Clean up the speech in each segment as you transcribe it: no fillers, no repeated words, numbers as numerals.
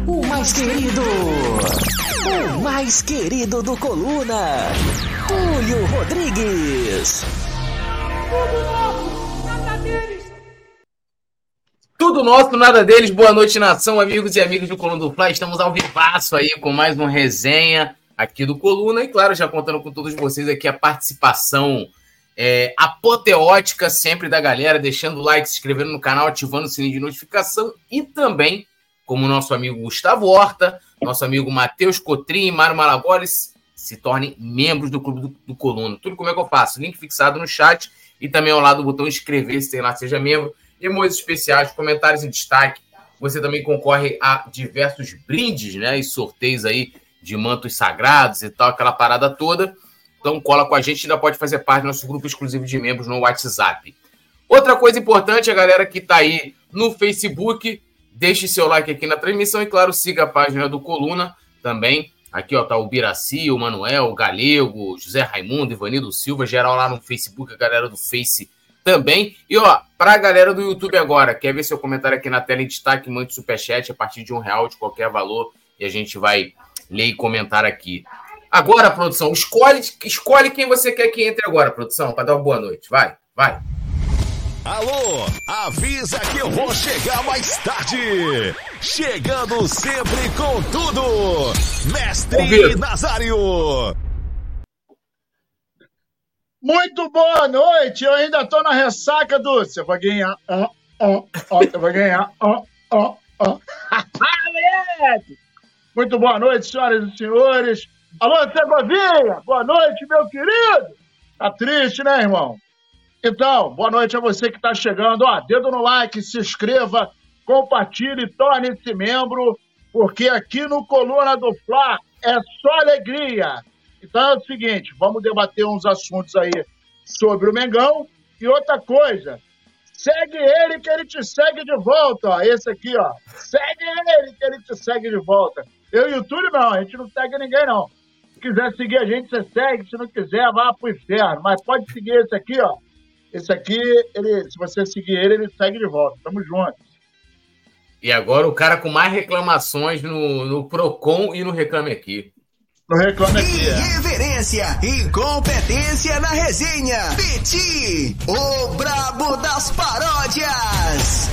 o mais querido do Coluna, Túlio Rodrigues. Tudo nosso, nada deles. Boa noite, nação, amigos e amigas do Coluna do Fla. Estamos ao vivaço aí com mais uma resenha aqui do Coluna. E claro, já contando com todos vocês aqui a participação apoteótica sempre da galera, deixando o like, se inscrevendo no canal, ativando o sininho de notificação. E também, como nosso amigo Gustavo Horta, nosso amigo Matheus Cotrim e Mário Malagoli se tornem membros do Clube do Coluna. Tudo como é que eu faço? Link fixado no chat e também ao lado do botão inscrever-se, tem lá, seja membro. Emojis especiais, comentários em destaque. Você também concorre a diversos brindes, né? E sorteios aí de mantos sagrados e tal, aquela parada toda. Então cola com a gente, ainda pode fazer parte do nosso grupo exclusivo de membros no WhatsApp. Outra coisa importante, a galera que tá aí no Facebook, deixe seu like aqui na transmissão e, claro, siga a página do Coluna também. Aqui, ó, tá o Biraci, o Manuel, o Galego, o José Raimundo, Ivanildo Silva, geral lá no Facebook, a galera do Face também. E, ó, pra galera do YouTube agora, quer ver seu comentário aqui na tela em destaque, mande superchat a partir de R$1 de qualquer valor e a gente vai ler e comentar aqui. Agora, produção, escolhe quem você quer que entre agora, produção, para dar uma boa noite. Vai. Alô, avisa que eu vou chegar mais tarde. Chegando sempre com tudo, Mestre Nazário. Muito boa noite, eu ainda tô na ressaca do você vai ganhar, você vai ganhar, moleque! Muito boa noite, senhoras e senhores. Alô, Segovinha, boa noite, meu querido. Tá triste, né, irmão? Então, boa noite a você que tá chegando. Ó, dedo no like, se inscreva, compartilhe, torne-se membro, porque aqui no Coluna do Fla é só alegria. Então é o seguinte, vamos debater uns assuntos aí sobre o Mengão. E outra coisa, segue ele que ele te segue de volta, ó. Esse aqui, ó. Segue ele que ele te segue de volta. Eu e o Túlio não, a gente não segue ninguém, não. Se quiser seguir a gente, você segue. Se não quiser, vá pro inferno. Mas pode seguir esse aqui, ó. Esse aqui, se você seguir ele segue de volta. Tamo junto. E agora o cara com mais reclamações no Procon e no Reclame Aqui. No Reclame Aqui, Irreverência e competência na resenha. Peti, o brabo das paródias.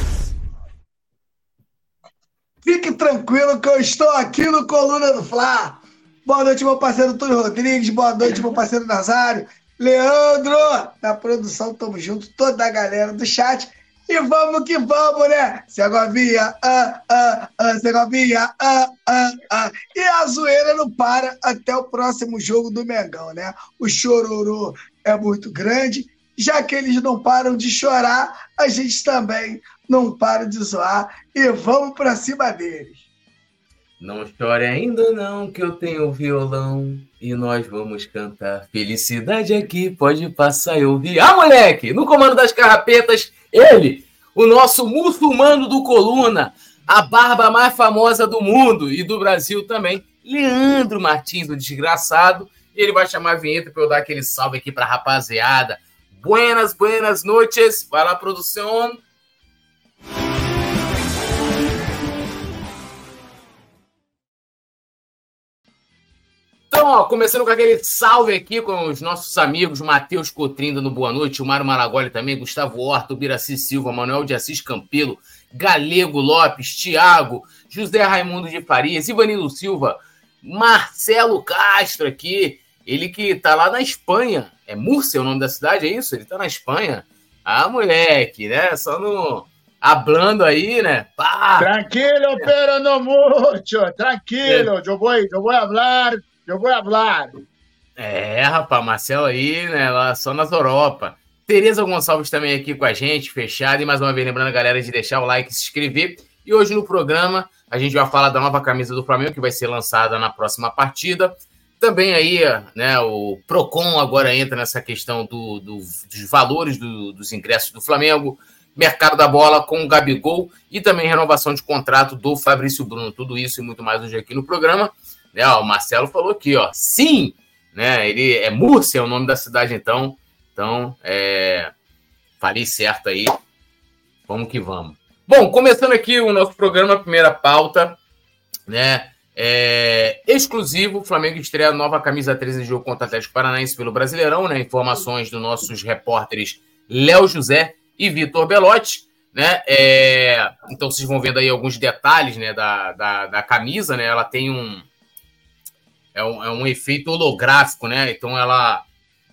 Fique tranquilo que eu estou aqui no Coluna do Fla. Boa noite, meu parceiro Túlio Rodrigues. Boa noite, meu parceiro Nazário. Leandro, na produção, tamo junto, toda a galera do chat. E vamos que vamos, né? Segovinha, Segovinha, E a zoeira não para até o próximo jogo do Mengão, né? O chororô é muito grande. Já que eles não param de chorar, a gente também não para de zoar. E vamos pra cima deles. Não chore ainda não, que eu tenho violão e nós vamos cantar. Felicidade aqui, pode passar e ouvir. Ah, moleque! No comando das carrapetas, ele, o nosso muçulmano do Coluna, a barba mais famosa do mundo e do Brasil também, Leandro Martins, o desgraçado. E ele vai chamar a vinheta para eu dar aquele salve aqui pra rapaziada. Buenas noites. Vai lá, produção. Então, ó, começando com aquele salve aqui com os nossos amigos Matheus Cotrim dando boa noite, o Mário Malagoli também, Gustavo Horta, o Biraci Silva, Manuel de Assis Campelo, Galego Lopes, Thiago, José Raimundo de Farias, Ivanildo Silva, Marcelo Castro aqui, ele que tá lá na Espanha. É Múrcia o nome da cidade, é isso? Ele tá na Espanha. Ah, moleque, né? Só no... hablando aí, né? Pá. Tranquilo, pero no mucho. Tranquilo, eu vou hablar. Rapaz, Marcelo aí, né, lá só nas Europa. Tereza Gonçalves também aqui com a gente, fechado. E mais uma vez lembrando a galera de deixar o like e se inscrever. E hoje no programa a gente vai falar da nova camisa do Flamengo, que vai ser lançada na próxima partida. Também aí, né, o Procon agora entra nessa questão dos valores dos ingressos do Flamengo. Mercado da bola com o Gabigol e também renovação de contrato do Fabrício Bruno. Tudo isso e muito mais hoje aqui no programa. O Marcelo falou aqui, ó, sim, né? Ele é Múrcia, é o nome da cidade, então falei certo aí. Vamos que vamos. Bom, começando aqui o nosso programa, a primeira pauta, né? Exclusivo, o Flamengo estreia a nova camisa 13 de jogo contra o Atlético Paranaense pelo Brasileirão, né? Informações dos nossos repórteres Léo José e Vitor Belotti, né? Então vocês vão vendo aí alguns detalhes, né, da camisa, né? Ela tem um efeito holográfico, né? Então ela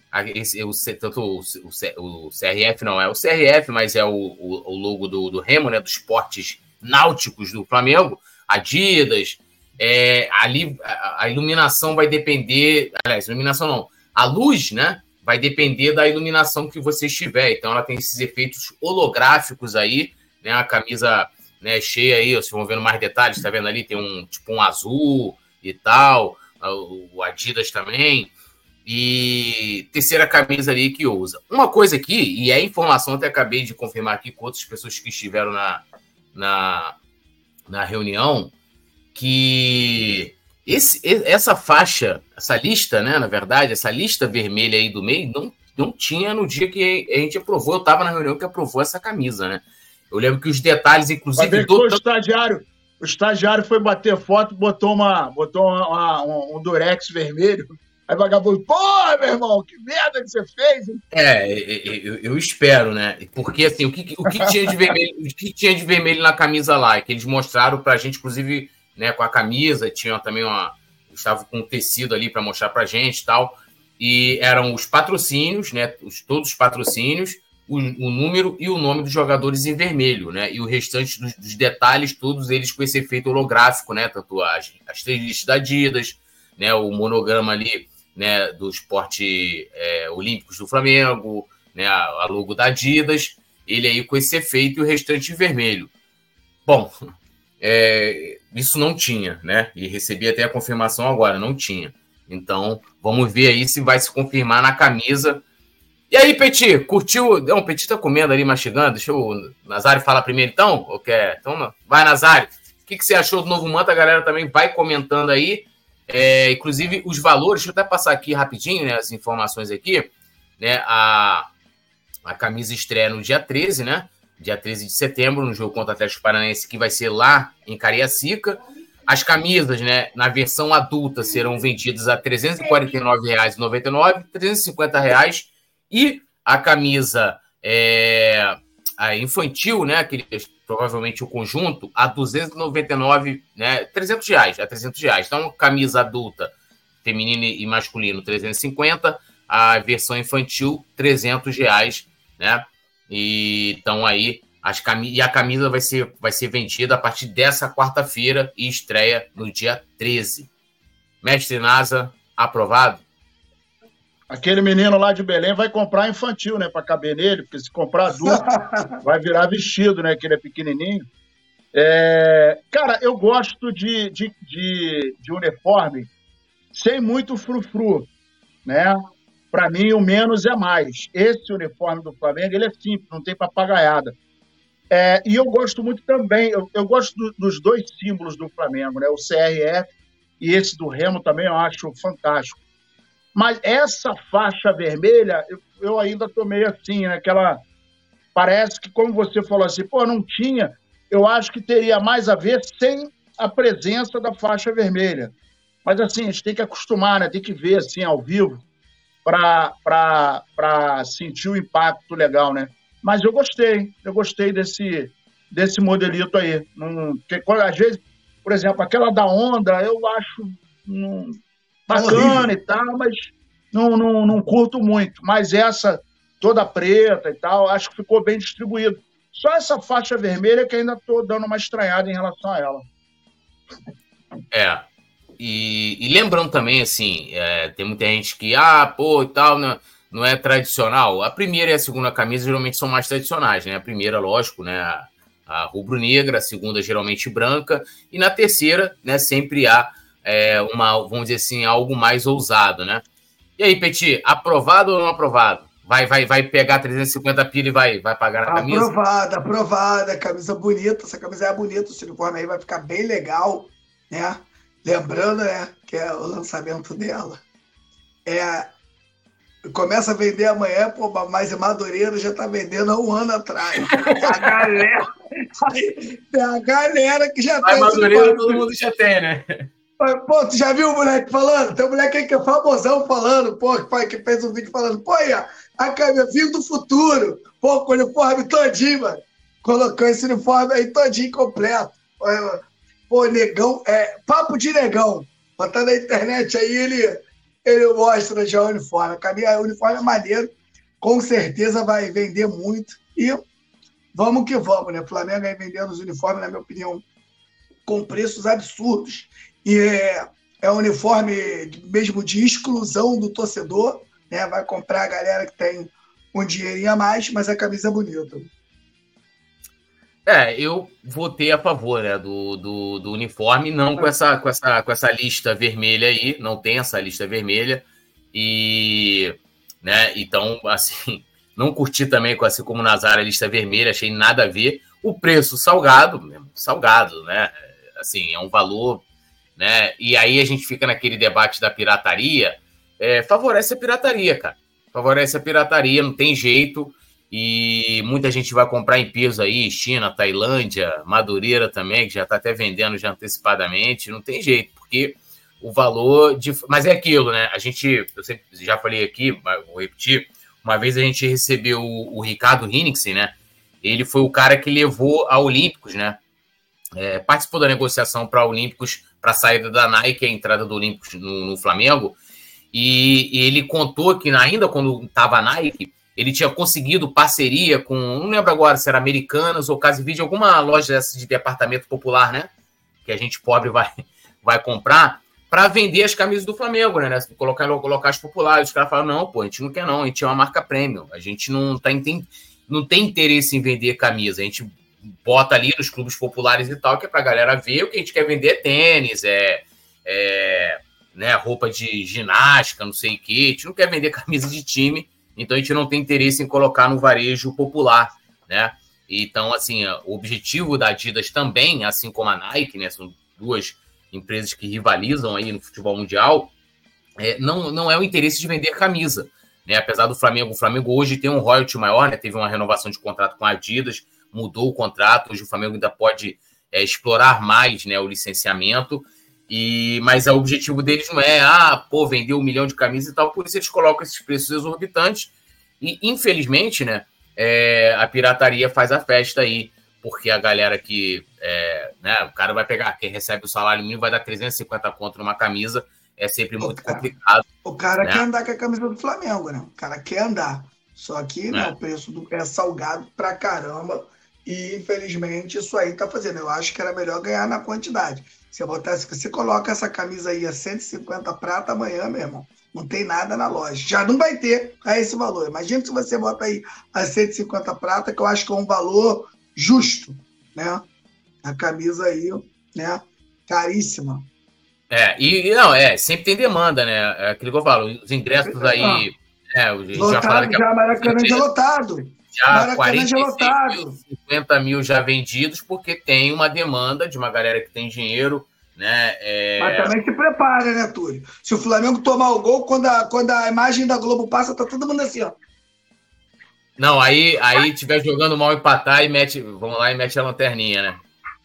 tanto o CRF não é o CRF, mas é o logo do Remo, né? Dos esportes náuticos do Flamengo, Adidas. Ali a iluminação vai depender, aliás, iluminação não, a luz, né? Vai depender da iluminação que você estiver. Então ela tem esses efeitos holográficos aí, né? A camisa, né, cheia aí, vocês vão vendo mais detalhes, tá vendo ali? Tem um azul e tal, o Adidas também. E terceira camisa ali que usa. Uma coisa aqui, e é informação, até acabei de confirmar aqui com outras pessoas que estiveram na reunião, que essa faixa, essa lista, né, na verdade, essa lista vermelha aí do meio, não tinha no dia que a gente aprovou. Eu estava na reunião que aprovou essa camisa, né? Eu lembro que os detalhes, inclusive... O estagiário foi bater foto, botou um durex vermelho. Aí o vagabundo, pô, meu irmão, que merda que você fez, hein? Eu espero, né? Porque, assim, o que tinha de vermelho na camisa lá? É que eles mostraram pra gente, inclusive, né, com a camisa, tinha também estava com um tecido ali para mostrar pra gente e tal, e eram os patrocínios, né? Todos os patrocínios, o número e o nome dos jogadores em vermelho, né? E o restante dos detalhes, todos eles com esse efeito holográfico, né? Tatuagem, as 3 listas da Adidas, né? O monograma ali, né, do esporte olímpicos do Flamengo, né, a logo da Adidas, ele aí com esse efeito e o restante vermelho. Bom, isso não tinha, né? E recebi até a confirmação agora, não tinha. Então, vamos ver aí se vai se confirmar na camisa. E aí, Petit, curtiu? Não, o Petit tá comendo ali, mastigando. Deixa o Nazário falar primeiro, então? Ou quer? Então, vai, Nazário. O que você achou do novo manto? A galera também vai comentando aí. Inclusive, os valores, deixa eu até passar aqui rapidinho, né, as informações aqui, né, a camisa estreia no dia 13, né, dia 13 de setembro, no jogo contra o Atlético Paranaense, que vai ser lá em Cariacica. As camisas, né, na versão adulta serão vendidas a R$ 349,99, R$ 350, e a camisa a infantil, né, provavelmente o conjunto, a 299, né, R$300, a R$300. Então, camisa adulta, feminino e masculino, 350, a versão infantil, R$300, né? E então aí, a camisa vai ser vendida a partir dessa quarta-feira e estreia no dia 13. Mestre Nasa, aprovado? Aquele menino lá de Belém vai comprar infantil, né? Para caber nele, porque se comprar adulto, vai virar vestido, né? Que ele é pequenininho. Cara, eu gosto de uniforme sem muito frufru, né? Para mim, o menos é mais. Esse uniforme do Flamengo, ele é simples, não tem papagaiada. E eu gosto muito também, eu gosto dos 2 símbolos do Flamengo, né? O CRF e esse do Remo também eu acho fantástico. Mas essa faixa vermelha, eu ainda tô meio assim, né? Parece que, como você falou assim, não tinha, eu acho que teria mais a ver sem a presença da faixa vermelha. Mas, assim, a gente tem que acostumar, né? Tem que ver, assim, ao vivo, para sentir o impacto legal, né? Mas eu gostei desse modelito aí. Porque, às vezes, por exemplo, aquela da Onda, eu acho bacana e tal, mas não curto muito. Mas essa toda preta e tal, acho que ficou bem distribuído. Só essa faixa vermelha que ainda estou dando uma estranhada em relação a ela. E lembrando também, assim, tem muita gente que, e tal, não é tradicional. A primeira e a segunda camisa geralmente são mais tradicionais, né? A primeira, lógico, né? A rubro-negra, a segunda geralmente branca, e na terceira, né, sempre há vamos dizer assim, algo mais ousado, né? E aí, Petit, aprovado ou não aprovado? Vai pegar 350 pila e vai pagar na camisa? Aprovada, camisa bonita, essa camisa é bonita, esse uniforme aí vai ficar bem legal, né? Lembrando, né, que é o lançamento dela. Começa a vender amanhã, mas em Madureira já está vendendo há um ano atrás. Aí tem a galera que já Vai tem Madureira, todo mundo já tem, né? Pô, tu já viu o moleque falando? Tem um moleque aí que é famosão falando, pô, que fez um vídeo falando, pô, aí, ó, a camisa, filho do futuro, pô, com o uniforme todinho, mano. Colocou esse uniforme aí todinho completo. Pô, negão, papo de negão. Botando na internet aí, ele mostra já o uniforme. O uniforme é maneiro, com certeza vai vender muito. E vamos que vamos, né? O Flamengo aí vendendo os uniformes, na minha opinião, com preços absurdos. E é um uniforme mesmo de exclusão do torcedor, né? Vai comprar a galera que tem um dinheirinho a mais, mas a camisa é bonita. Eu votei a favor, né, do uniforme, não com essa lista vermelha aí, não tem essa lista vermelha, e, né, então, assim, não curti também, assim como o Nazário, a lista vermelha, achei nada a ver. O preço salgado, né, assim, é um valor, né, e aí a gente fica naquele debate da pirataria, favorece a pirataria, cara, favorece a pirataria, não tem jeito. E muita gente vai comprar em peso aí, China, Tailândia, Madureira também, que já está até vendendo já antecipadamente, não tem jeito, porque o valor de... Mas é aquilo, né? Eu sempre já falei aqui, mas vou repetir, uma vez a gente recebeu o Ricardo Henningsen, né? Ele foi o cara que levou a Olímpicos, né? Participou da negociação para Olímpicos, para a saída da Nike, a entrada do Olímpicos no Flamengo, e ele contou que ainda quando estava a Nike, ele tinha conseguido parceria com, não lembro agora se era Americanas ou Casivide, alguma loja dessa de departamento popular, né? Que a gente pobre vai comprar, para vender as camisas do Flamengo, né? Colocar as populares. Os caras falaram, não, pô, a gente não quer não, a gente é uma marca premium, a gente não tem interesse em vender camisa, a gente bota ali nos clubes populares e tal, que é pra galera ver, o que a gente quer vender é tênis, né, roupa de ginástica, não sei o quê, a gente não quer vender camisa de time. Então, a gente não tem interesse em colocar no varejo popular, né? Então, assim, o objetivo da Adidas também, assim como a Nike, né? São duas empresas que rivalizam aí no futebol mundial, não é o interesse de vender camisa, né? Apesar do Flamengo, o Flamengo hoje tem um royalty maior, né? Teve uma renovação de contrato com a Adidas, mudou o contrato, hoje o Flamengo ainda pode explorar mais, né, o licenciamento, mas o objetivo deles não é, vender 1 milhão de camisas e tal, por isso eles colocam esses preços exorbitantes. E, infelizmente, né, a pirataria faz a festa aí, porque a galera que, né, o cara vai pegar, quem recebe o salário mínimo vai dar 350 conto numa camisa, é sempre muito complicado. O cara, né? quer andar com a camisa do Flamengo, né? O cara quer andar. Só que né, o preço é salgado pra caramba e, infelizmente, isso aí tá fazendo. Eu acho que era melhor ganhar na quantidade. Você coloca essa camisa aí a 150 prata amanhã, meu irmão, não tem nada na loja. Já não vai ter a esse valor. Imagina se você bota aí a 150 prata, que eu acho que é um valor justo, né? A camisa aí, né? Caríssima. Sempre tem demanda, né? É aquilo que eu falo, os ingressos aí... lotado, já Maracanã já lotado. Já 50 mil já vendidos, porque tem uma demanda de uma galera que tem dinheiro, né? Mas também se prepara, né, Túlio? Se o Flamengo tomar o gol, quando a imagem da Globo passa, tá todo mundo assim, ó. Não, aí tiver jogando mal, empatar e vamos lá e mete a lanterninha, né?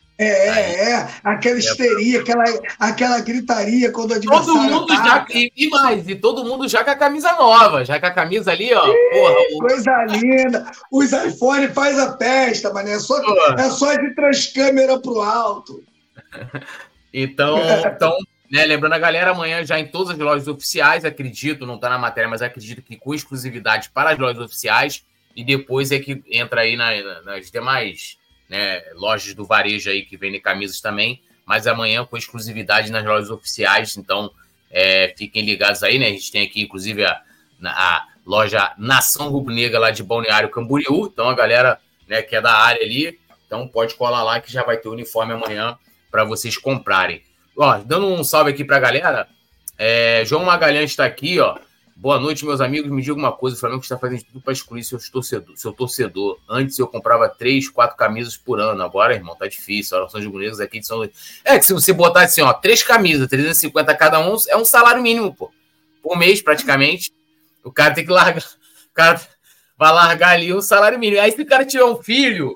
Aquela histeria, aquela gritaria quando o adversário todo mundo ataca. E todo mundo já com a camisa nova, já com a camisa ali, ó. Coisa linda. Os iPhone faz a festa, mas é só de transcâmera pro alto. Então, né, lembrando a galera, amanhã já em todas as lojas oficiais, acredito, não tá na matéria, mas acredito que com exclusividade para as lojas oficiais, e depois é que entra aí nas demais, né, lojas do varejo aí que vendem camisas também, mas amanhã com exclusividade nas lojas oficiais, então fiquem ligados aí, né, a gente tem aqui inclusive a loja Nação Rubro-Negra lá de Balneário Camboriú, então a galera, né, que é da área ali, então pode colar lá que já vai ter o uniforme amanhã para vocês comprarem. Ó, dando um salve aqui pra galera, João Magalhães está aqui, ó. Boa noite, meus amigos. Me diga uma coisa: o Flamengo está fazendo tudo para excluir seu torcedor. Antes eu comprava 3, 4 camisas por ano. Agora, irmão, tá difícil. A Nação de Bonecos aqui de São Luís. Que se você botar assim, ó, 3 camisas, 350 cada um, é um salário mínimo, pô. Por mês, praticamente. O cara tem que largar. O cara vai largar ali um salário mínimo. Aí, se o cara tiver um filho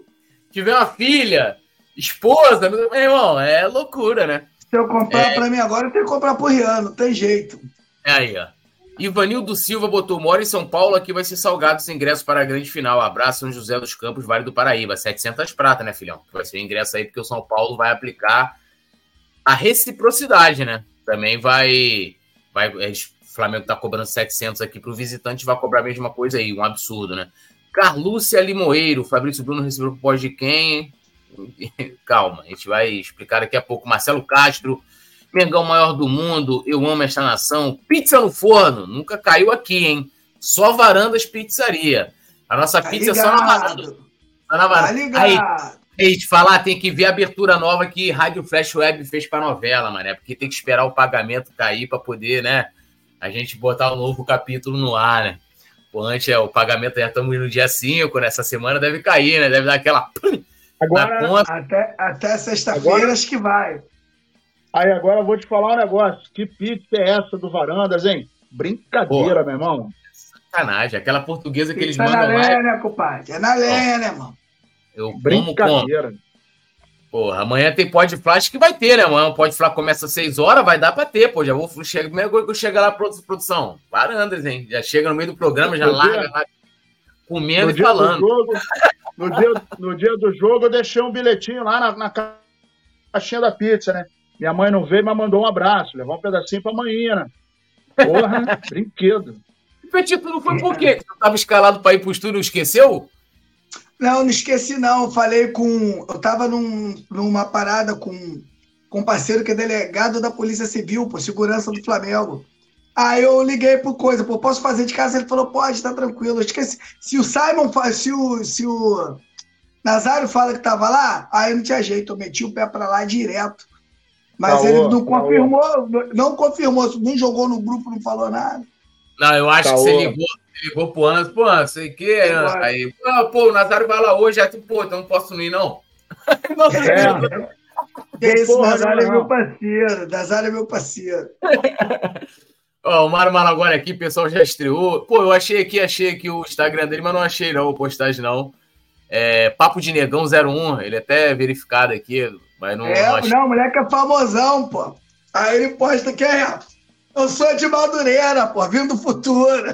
tiver uma filha, esposa, meu irmão, é loucura, né? Se eu comprar pra mim agora, eu tenho que comprar pro Rian, não tem jeito. É aí, ó. Ivanildo Silva botou: mora em São Paulo, aqui vai ser salgado os ingressos para a grande final. Abraço, São José dos Campos, Vale do Paraíba. 700 prata, né, filhão? Vai ser o ingresso aí, porque o São Paulo vai aplicar a reciprocidade, né? Também vai o Flamengo tá cobrando 700 aqui pro visitante, vai cobrar a mesma coisa aí, um absurdo, né? Carlúcia Limoeiro, Fabrício Bruno recebeu por pós de quem? Calma, a gente vai explicar daqui a pouco. Marcelo Castro, Mengão maior do mundo, eu amo esta nação. Pizza no forno, nunca caiu aqui, hein? Só Varandas Pizzaria. A nossa pizza é só na varanda. Só na varanda. Aí, te falar, tem que ver a abertura nova que Rádio Flash Web fez pra novela, mané, porque tem que esperar o pagamento cair pra poder, né, a gente botar um novo capítulo no ar, né? Pô, antes o pagamento já estamos no dia 5, nessa semana deve cair, né? Deve dar aquela... Agora, até sexta-feira acho que vai. Aí agora eu vou te falar um negócio. Que pizza é essa do Varandas, hein? Brincadeira, meu irmão. Sacanagem. Aquela portuguesa que pizza eles mandam lá. É na lenha, né, compadre? É na lenha, né, irmão? Eu como. Porra, amanhã tem Pode Flá, acho que vai ter, né, mano? Pode Flá começa às 6 horas, vai dar pra ter, pô. Já vou chegar. Primeira coisa que eu chegar lá, produção. Varandas, hein? Já chega no meio do programa, já larga lá, comendo e falando. No dia do jogo, eu deixei um bilhetinho lá na caixinha da pizza, né? Minha mãe não veio, mas mandou um abraço. Levar um pedacinho pra manhã, né? Porra, brinquedo. Petito, não foi por quê? Você tava escalado pra ir pro estúdio e esqueceu? Não esqueci, não. Eu falei com... Eu tava numa parada com um parceiro que é delegado da Polícia Civil, por segurança do Flamengo. Aí eu liguei pro coisa, pô, posso fazer de casa? Ele falou, pode, tá tranquilo. Eu esqueci. Se o Simon, se o Nazário fala que tava lá, aí não tinha jeito, eu meti o pé pra lá direto. Mas ele não confirmou, não jogou no grupo, não falou nada. Não, eu acho que você ligou pro Anderson, pô, Anderson, sei que, aí, pô, o Nazário vai lá hoje, aí tu, pô, então não posso não ir, não. Que isso, o Nazário é meu parceiro, Nazário é meu parceiro. Ó, o Mário Malaguari aqui, o pessoal já estreou. Pô, eu achei aqui o Instagram dele, mas não achei não, a postagem não. Papo de Negão 01, ele até verificado aqui, mas não... Não, o moleque é famosão, pô. Aí ele posta que eu sou de Madureira, pô, vindo do futuro.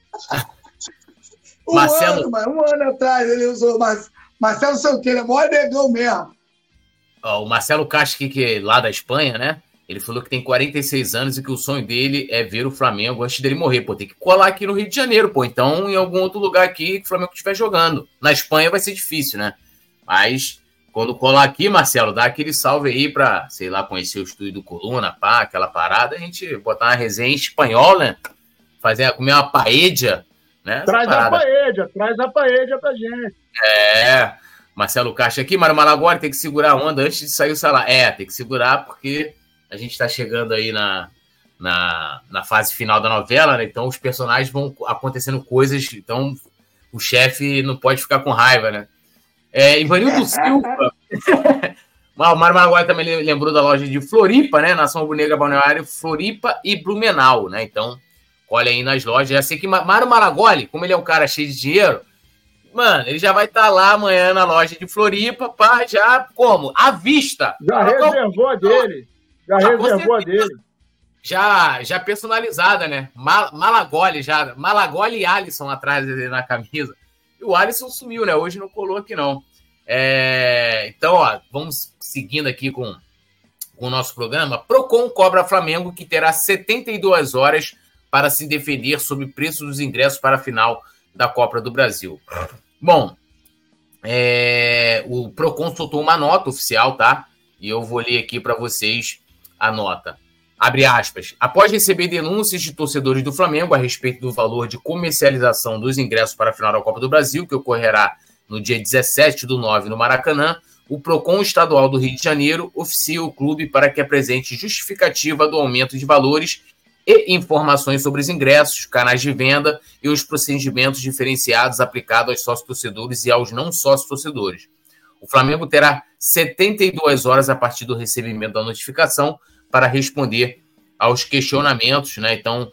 Um ano atrás ele usou Marcelo Santeira, maior negão mesmo. Ó, o Marcelo Castro, que é lá da Espanha, né? Ele falou que tem 46 anos e que o sonho dele é ver o Flamengo antes dele morrer. Pô, tem que colar aqui no Rio de Janeiro, pô. Então, em algum outro lugar aqui que o Flamengo estiver jogando. Na Espanha vai ser difícil, né? Mas, quando colar aqui, Marcelo, dá aquele salve aí pra, sei lá, conhecer o estúdio do Coluna, pá, aquela parada, a gente botar uma resenha em espanhol, né? Comer uma paella, né? Traz a paella pra gente. Marcelo Castro aqui, Mário Malaguari tem que segurar a onda antes de sair o salário. Tem que segurar porque a gente está chegando aí na fase final da novela, né? Então os personagens vão acontecendo coisas, então o chefe não pode ficar com raiva, né? Ivanildo Silva. O Mário Malaguari também lembrou da loja de Floripa, né? Nação Rubro-Negra Balneário, Floripa e Blumenau, né? Então, olha aí nas lojas. Já sei que Mário Malaguari, como ele é um cara cheio de dinheiro, mano, ele já vai estar lá amanhã na loja de Floripa, pá, já como? À vista. Já reservou a dele. Já personalizada, né? Malagoli e Alisson atrás dele na camisa. E o Alisson sumiu, né? Hoje não colou aqui, não. Então, ó, vamos seguindo aqui com o nosso programa. Procon cobra Flamengo, que terá 72 horas para se defender sobre o preço dos ingressos para a final da Copa do Brasil. Bom, o Procon soltou uma nota oficial, tá? E eu vou ler aqui para vocês a nota. Abre aspas. Após receber denúncias de torcedores do Flamengo a respeito do valor de comercialização dos ingressos para a final da Copa do Brasil, que ocorrerá no dia 17/9 no Maracanã, o Procon Estadual do Rio de Janeiro oficia o clube para que apresente justificativa do aumento de valores e informações sobre os ingressos, canais de venda e os procedimentos diferenciados aplicados aos sócios-torcedores e aos não sócios-torcedores. O Flamengo terá 72 horas a partir do recebimento da notificação para responder aos questionamentos, né? Então,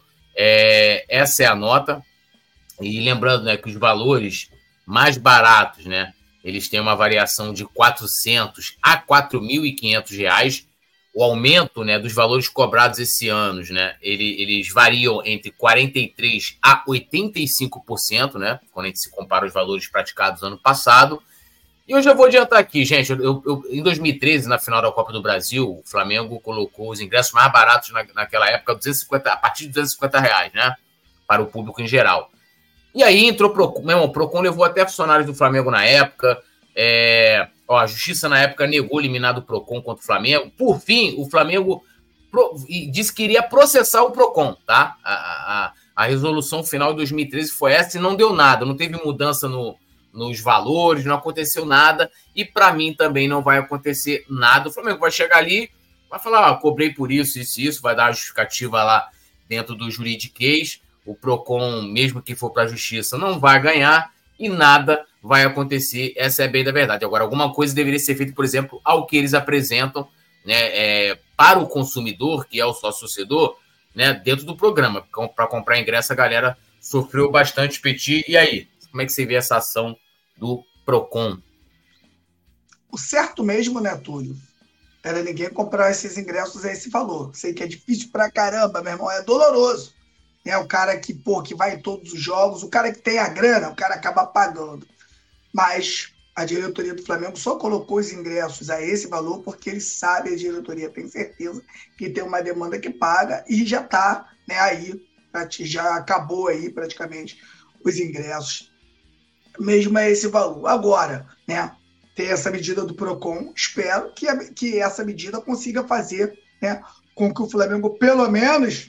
essa é a nota. E lembrando, né, que os valores mais baratos, né, eles têm uma variação de R$ 400 a R$ 4.500. O aumento, né, dos valores cobrados esse ano, né, eles variam entre 43% a 85%, né, quando a gente se compara os valores praticados no ano passado. E eu já vou adiantar aqui, gente, em 2013, na final da Copa do Brasil, o Flamengo colocou os ingressos mais baratos naquela época, a partir de R$250, né, para o público em geral. E aí entrou o Procon levou até funcionários do Flamengo na época, a Justiça na época negou eliminar do Procon contra o Flamengo. Por fim, o Flamengo disse que iria processar o Procon, tá? A resolução final de 2013 foi essa e não deu nada, não teve mudança nos valores, não aconteceu nada, e para mim também não vai acontecer nada. O Flamengo vai chegar ali, vai falar, cobrei por isso, vai dar a justificativa lá dentro do juridiquês. O Procon, mesmo que for para a Justiça, não vai ganhar e nada vai acontecer, essa é bem da verdade. Agora, alguma coisa deveria ser feita, por exemplo, ao que eles apresentam, né, para o consumidor, que é o sócio-torcedor, né, dentro do programa. Para comprar ingresso, a galera sofreu bastante, Petit. E aí, como é que você vê essa ação do Procon? O certo mesmo, né, Túlio? Era ninguém comprar esses ingressos a esse valor. Sei que é difícil pra caramba, meu irmão, é doloroso. O cara que vai em todos os jogos, o cara que tem a grana, o cara acaba pagando. Mas a diretoria do Flamengo só colocou os ingressos a esse valor porque eles sabem, a diretoria tem certeza que tem uma demanda que paga e já está, né, aí, já acabou aí praticamente os ingressos, mesmo a esse valor. Agora, né, tem essa medida do Procon, espero que essa medida consiga fazer, né, com que o Flamengo pelo menos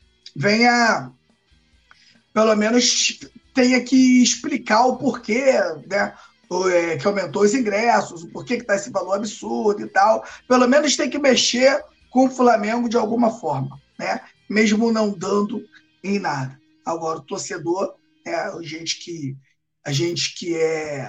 tenha que explicar o porquê, né, que aumentou os ingressos, o porquê que está esse valor absurdo e tal. Pelo menos tem que mexer com o Flamengo de alguma forma, né, mesmo não dando em nada. Agora, o torcedor, a gente que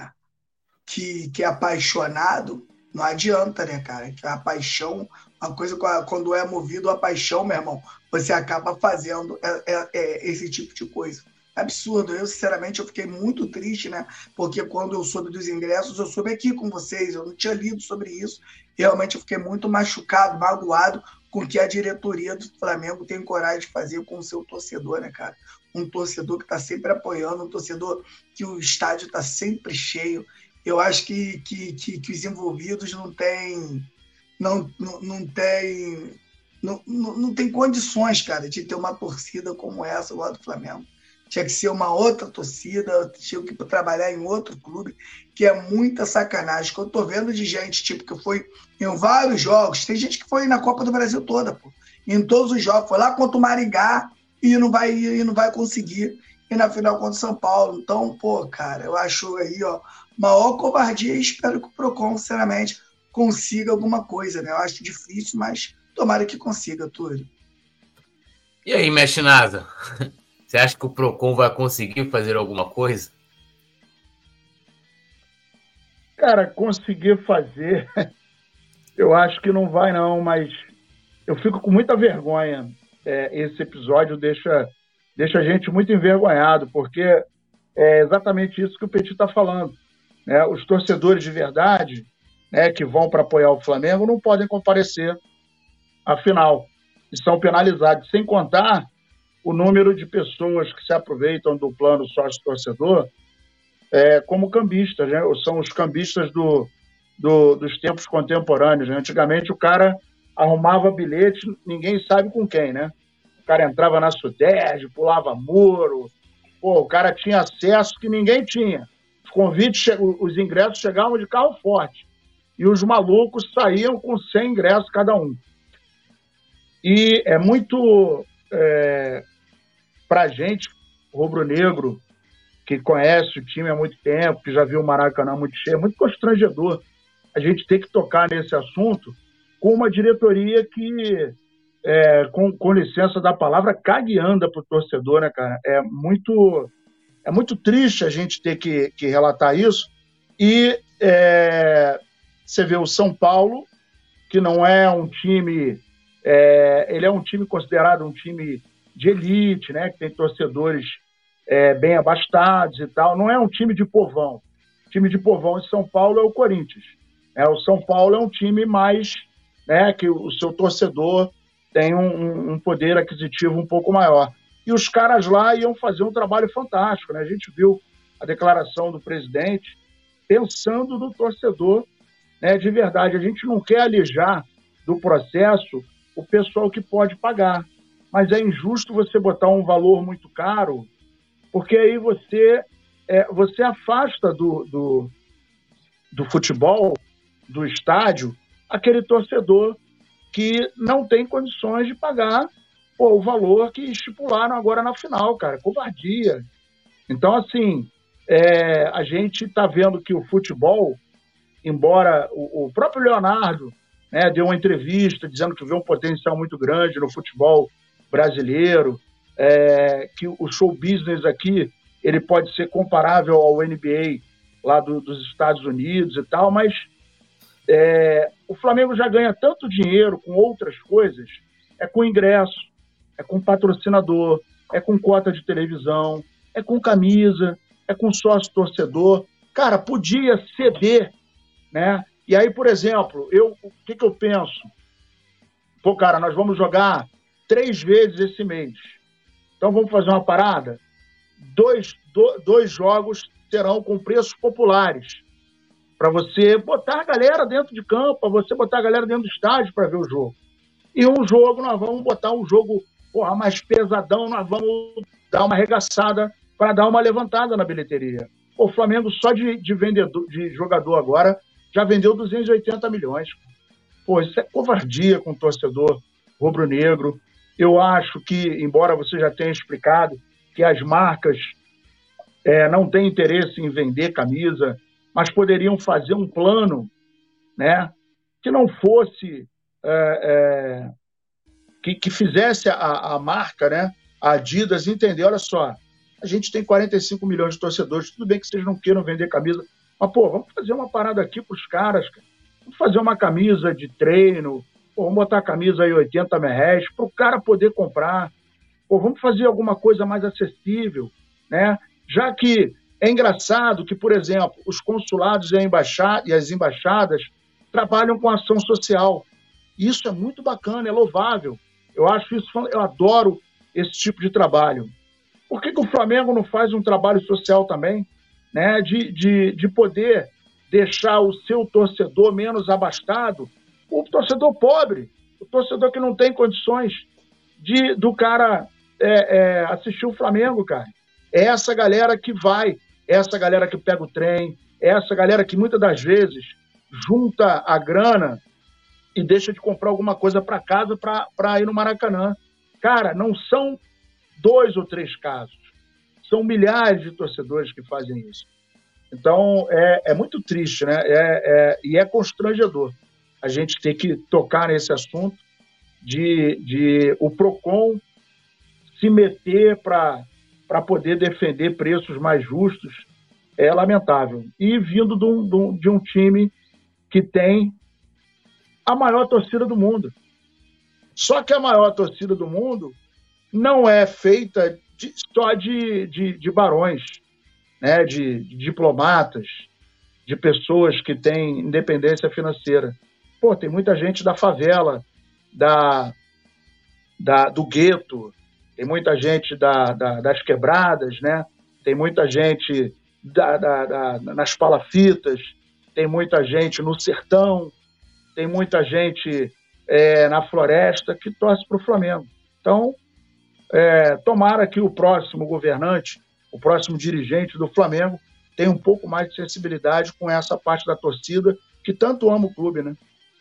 é apaixonado, não adianta, né, cara? Que a paixão, uma coisa, quando é movido a paixão, meu irmão, você acaba fazendo esse tipo de coisa. Absurdo. Eu, sinceramente, eu fiquei muito triste, né? Porque quando eu soube dos ingressos, eu soube aqui com vocês, eu não tinha lido sobre isso. Realmente eu fiquei muito machucado, magoado com o que a diretoria do Flamengo tem coragem de fazer com o seu torcedor, né, cara? Um torcedor que está sempre apoiando, um torcedor que o estádio está sempre cheio. Eu acho que os envolvidos não tem condições, cara, de ter uma torcida como essa lá do Flamengo. Tinha que ser uma outra torcida, tinha que trabalhar em outro clube, que é muita sacanagem. Que eu tô vendo de gente, tipo, que foi em vários jogos. Tem gente que foi na Copa do Brasil toda, pô. Em todos os jogos. Foi lá contra o Maringá e não vai conseguir ir na final contra o São Paulo. Então, pô, cara, eu acho aí, ó, maior covardia e espero que o Procon, sinceramente, consiga alguma coisa, né? Eu acho difícil, mas tomara que consiga, Túlio. E aí, mexe nada? Você acha que o Procon vai conseguir fazer alguma coisa? Cara, conseguir fazer, eu acho que não vai não, mas eu fico com muita vergonha. Esse episódio deixa a gente muito envergonhado, porque é exatamente isso que o Petit está falando, né? Os torcedores de verdade, né, que vão para apoiar o Flamengo não podem comparecer à final e são penalizados, sem contar o número de pessoas que se aproveitam do plano sócio-torcedor como cambistas, né? São os cambistas dos tempos contemporâneos, né? Antigamente o cara arrumava bilhete, ninguém sabe com quem, né? O cara entrava na Sudeste, pulava muro, o cara tinha acesso que ninguém tinha. Os convites, os ingressos chegavam de carro forte e os malucos saíam com 100 ingressos cada um. E é muito... pra gente, rubro-negro, que conhece o time há muito tempo, que já viu o Maracanã muito cheio, é muito constrangedor a gente ter que tocar nesse assunto com uma diretoria que, com licença da palavra, caga e anda pro torcedor, né, cara? É muito triste a gente ter que relatar isso. E você vê o São Paulo, que não é um time... ele é um time considerado um time de elite, né, que tem torcedores bem abastados e tal, não é um time de povão. time de povão de São Paulo é o Corinthians. O São Paulo é um time mais, né, que o seu torcedor tem um poder aquisitivo um pouco maior. E os caras lá iam fazer um trabalho fantástico, né? A gente viu a declaração do presidente pensando no torcedor, né, de verdade. A gente não quer alijar do processo o pessoal que pode pagar, mas é injusto você botar um valor muito caro, porque aí você afasta do futebol, do estádio, aquele torcedor que não tem condições de pagar o valor que estipularam agora na final, cara. Covardia. Então, assim, a gente está vendo que o futebol, embora o próprio Leonardo, né, deu uma entrevista dizendo que vê um potencial muito grande no futebol brasileiro, que o show business aqui ele pode ser comparável ao NBA lá dos Estados Unidos e tal, mas o Flamengo já ganha tanto dinheiro com outras coisas, com ingresso, com patrocinador, com cota de televisão, com camisa, com sócio torcedor. Cara, podia ceder, né? E aí, por exemplo, o que eu penso? Pô, cara, nós vamos jogar 3 vezes esse mês. Então vamos fazer uma parada? 2 jogos serão com preços populares, para você botar a galera dentro de campo, para você botar a galera dentro do estádio para ver o jogo. E um jogo, nós vamos botar um jogo mais pesadão, nós vamos dar uma arregaçada para dar uma levantada na bilheteria. O Flamengo só de jogador agora já vendeu 280 milhões. Isso é covardia com o torcedor rubro-negro. Eu acho que, embora você já tenha explicado que as marcas não têm interesse em vender camisa, mas poderiam fazer um plano, né, que não fosse... que fizesse a marca, né, a Adidas, entender, olha só, a gente tem 45 milhões de torcedores, tudo bem que vocês não queiram vender camisa, mas, vamos fazer uma parada aqui para os caras, cara. Vamos fazer uma camisa de treino, vamos botar a camisa aí 80 reais para o cara poder comprar, vamos fazer alguma coisa mais acessível, né? Já que é engraçado que, por exemplo, os consulados e as embaixadas trabalham com ação social. Isso é muito bacana, é louvável. Eu adoro esse tipo de trabalho. Por que o Flamengo não faz um trabalho social também, né? De poder deixar o seu torcedor menos abastado, o torcedor pobre, o torcedor que não tem condições do cara assistir o Flamengo, cara. É essa galera que vai, é essa galera que pega o trem, é essa galera que muitas das vezes junta a grana e deixa de comprar alguma coisa para casa para ir no Maracanã. Cara, não são 2 ou 3 casos. São milhares de torcedores que fazem isso. Então, é muito triste, né? E é constrangedor a gente ter que tocar nesse assunto de o PROCON se meter para poder defender preços mais justos. É lamentável. E vindo de um time que tem a maior torcida do mundo. Só que a maior torcida do mundo não é feita só de barões, né? De diplomatas, de pessoas que têm independência financeira. Tem muita gente da favela, do gueto, tem muita gente das quebradas, né? Tem muita gente nas palafitas, tem muita gente no sertão, tem muita gente na floresta que torce para o Flamengo. Então, tomara que o próximo governante, o próximo dirigente do Flamengo, tenha um pouco mais de sensibilidade com essa parte da torcida que tanto ama o clube, né?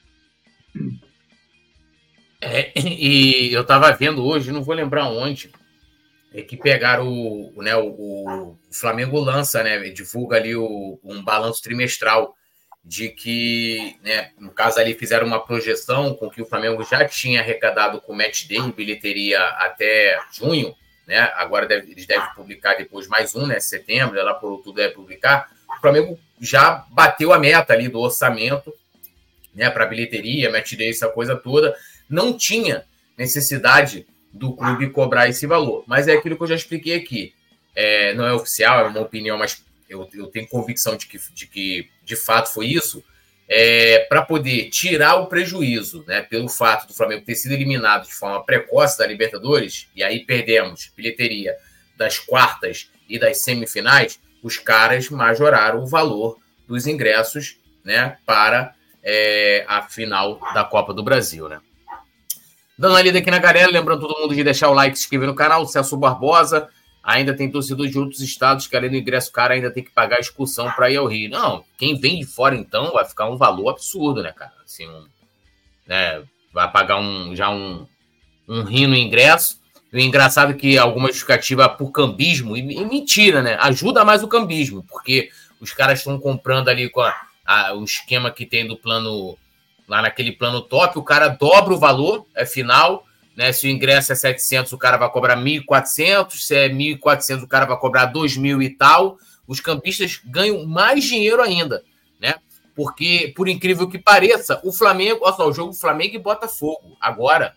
E eu estava vendo hoje, não vou lembrar onde, que pegaram o Flamengo lança, né, divulga ali um balanço trimestral de que, né, no caso ali fizeram uma projeção com que o Flamengo já tinha arrecadado com match day e bilheteria até junho, né? Agora eles devem publicar depois mais um, né, setembro, lá por outubro deve publicar. O Flamengo já bateu a meta ali do orçamento, né, para bilheteria, match day, essa coisa toda. Não tinha necessidade do clube cobrar esse valor. Mas é aquilo que eu já expliquei aqui. Não é oficial, é uma opinião, mas eu tenho convicção de que de fato foi isso, para poder tirar o prejuízo, né, pelo fato do Flamengo ter sido eliminado de forma precoce da Libertadores, e aí perdemos bilheteria das quartas e das semifinais, os caras majoraram o valor dos ingressos, né, para a final da Copa do Brasil, né? Dando uma lida aqui na galera, lembrando todo mundo de deixar o like e se inscrever no canal. O Celso Barbosa, ainda tem torcedor de outros estados que além do ingresso caro ainda tem que pagar a excursão para ir ao Rio. Não, quem vem de fora então vai ficar um valor absurdo, né, cara? Assim, né, vai pagar um rim no ingresso. E o engraçado é que alguma justificativa por cambismo, e mentira, né? Ajuda mais o cambismo, porque os caras estão comprando ali com o esquema que tem do plano, lá naquele plano top, o cara dobra o valor, final, né? Se o ingresso é 700, o cara vai cobrar 1.400, se é 1.400, o cara vai cobrar 2.000 e tal. Os campistas ganham mais dinheiro ainda, né? Porque, por incrível que pareça, o Flamengo, olha só, o jogo Flamengo e Botafogo, agora,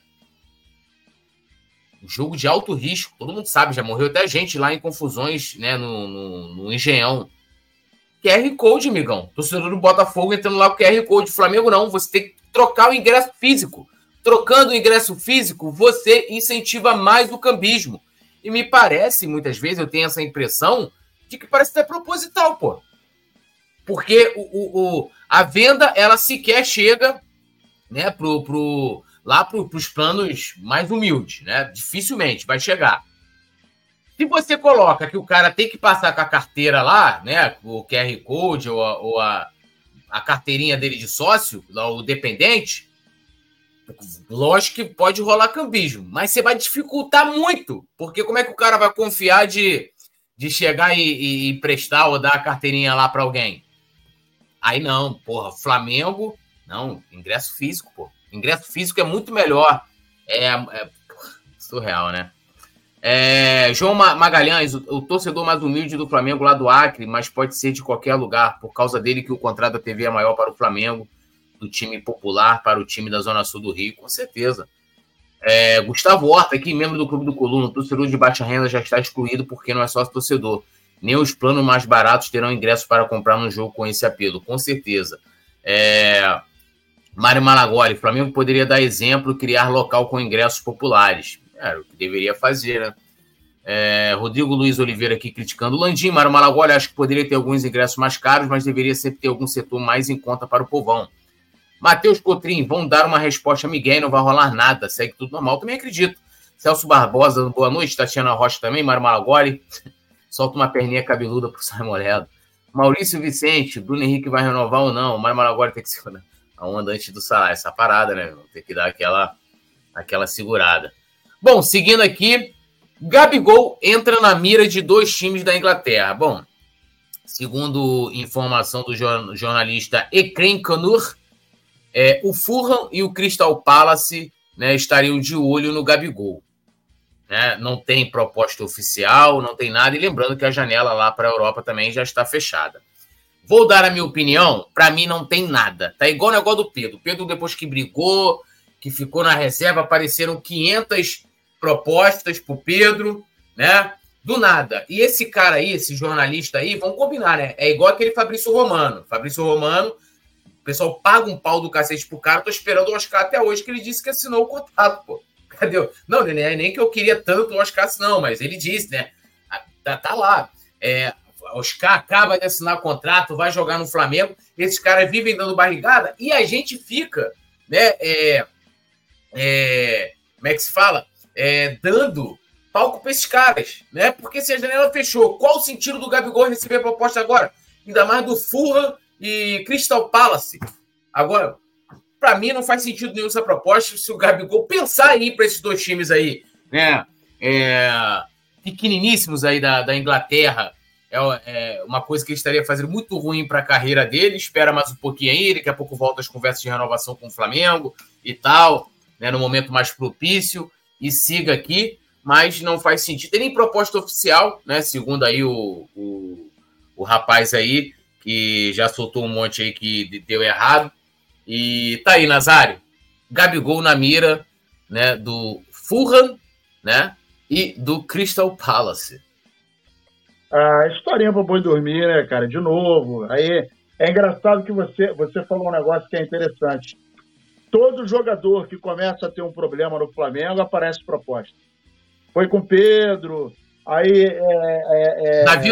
jogo de alto risco, todo mundo sabe, já morreu até gente lá em confusões, né, no Engenhão. QR Code, amigão. Torcedor do Botafogo entrando lá com QR Code. Flamengo não, você tem que trocar o ingresso físico. Trocando o ingresso físico, você incentiva mais o cambismo. E me parece, muitas vezes, eu tenho essa impressão de que parece até proposital, pô. Porque a venda, ela sequer chega, né, lá para os planos mais humildes, né? Dificilmente vai chegar. Se você coloca que o cara tem que passar com a carteira lá, né? O QR Code ou a carteirinha dele de sócio, o dependente, lógico que pode rolar cambismo, mas você vai dificultar muito, porque como é que o cara vai confiar de chegar e emprestar ou dar a carteirinha lá para alguém? Aí não, porra, Flamengo, não, ingresso físico, pô. Ingresso físico é muito melhor. Surreal, né? João Magalhães, o torcedor mais humilde do Flamengo lá do Acre, mas pode ser de qualquer lugar, por causa dele que o contrato da TV é maior para o Flamengo, do time popular para o time da Zona Sul do Rio, com certeza. Gustavo Horta, aqui, membro do Clube do Coluna, o torcedor de baixa renda já está excluído porque não é sócio torcedor. Nem os planos mais baratos terão ingressos para comprar no jogo com esse apelo, com certeza. Mário Malagoli, Flamengo poderia dar exemplo, criar local com ingressos populares. O que deveria fazer, né? Rodrigo Luiz Oliveira aqui criticando o Landim. Mário Malagoli, acho que poderia ter alguns ingressos mais caros, mas deveria sempre ter algum setor mais em conta para o povão. Matheus Cotrim, vão dar uma resposta a Miguel, não vai rolar nada, segue tudo normal, também acredito. Celso Barbosa, boa noite. Tatiana Rocha também, Mário Malagoli, solta uma perninha cabeluda pro Simon Ledo. Maurício Vicente, Bruno Henrique vai renovar ou não? Mário Malagoli tem que ser a onda antes do salário, essa parada, né? Tem que dar aquela segurada. Bom, seguindo aqui, Gabigol entra na mira de 2 times da Inglaterra. Bom, segundo informação do jornalista Ekrem Kanur, o Fulham e o Crystal Palace, né, estariam de olho no Gabigol. Né? Não tem proposta oficial, não tem nada. E lembrando que a janela lá para a Europa também já está fechada. Vou dar a minha opinião, para mim não tem nada. Tá igual o negócio do Pedro. O Pedro, depois que brigou, que ficou na reserva, apareceram 500 propostas pro Pedro, né? Do nada. E esse cara aí, esse jornalista aí, vamos combinar, né? É igual aquele Fabrício Romano. Fabrício Romano, o pessoal paga um pau do cacete pro cara, tô esperando o Oscar até hoje, que ele disse que assinou o contrato, pô. Cadê? Não, nem que eu queria tanto o Oscar, não, mas ele disse, né? Tá lá. Oscar acaba de assinar contrato, vai jogar no Flamengo, esses caras vivem dando barrigada e a gente fica, né? Como é que se fala? Dando palco para esses caras, né? Porque se a janela fechou, qual o sentido do Gabigol receber a proposta agora? Ainda mais do Fulham e Crystal Palace. Agora, para mim não faz sentido nenhum essa proposta se o Gabigol pensar em ir para esses 2 times aí, né? Pequeniníssimos aí da Inglaterra. Uma coisa que ele estaria fazendo muito ruim para a carreira dele. Espera mais um pouquinho aí, daqui a pouco volta as conversas de renovação com o Flamengo e tal, né, no momento mais propício, e siga aqui, mas não faz sentido. Tem nem proposta oficial, né, segundo aí o rapaz aí, que já soltou um monte aí que deu errado. E tá aí, Nazário, Gabigol na mira, né, do Fulham, né, e do Crystal Palace. Historinha para boi dormir, né, cara? De novo. Aí é engraçado que você falou um negócio que é interessante. Todo jogador que começa a ter um problema no Flamengo aparece proposta. Foi com Pedro, aí... Davi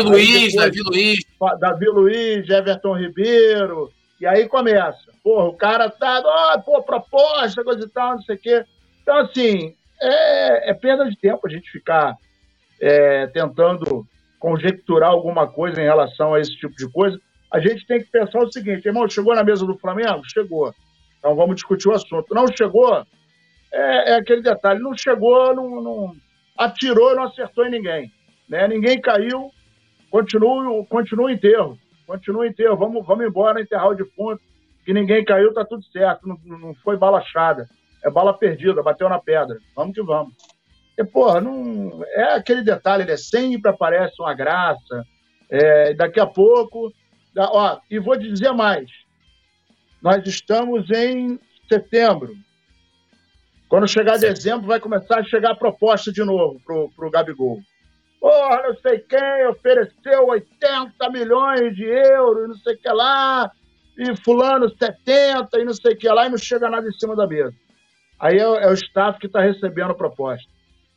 Luiz, Everton Ribeiro, e aí começa. Porra, o cara tá... proposta, coisa e tal, não sei o quê. Então, assim, é perda de tempo a gente ficar tentando conjecturar alguma coisa em relação a esse tipo de coisa. A gente tem que pensar o seguinte, irmão, chegou na mesa do Flamengo? Chegou. Então vamos discutir o assunto. Não chegou? É aquele detalhe. Não chegou, não atirou, não acertou em ninguém. Né? Ninguém caiu, continua enterro. Continua enterro. Vamos embora, enterrar o defunto. Que ninguém caiu, tá tudo certo. Não foi bala achada. É bala perdida, bateu na pedra. Vamos que vamos. E, porra, não... é aquele detalhe, né? Sempre aparece uma graça. Daqui a pouco... e vou dizer mais. Nós estamos em setembro. Quando chegar dezembro, vai começar a chegar a proposta de novo pro Gabigol. Porra, não sei quem ofereceu 80 milhões de euros, não sei o que lá, e fulano 70, e não sei o que lá, e não chega nada em cima da mesa. Aí é o staff que está recebendo a proposta.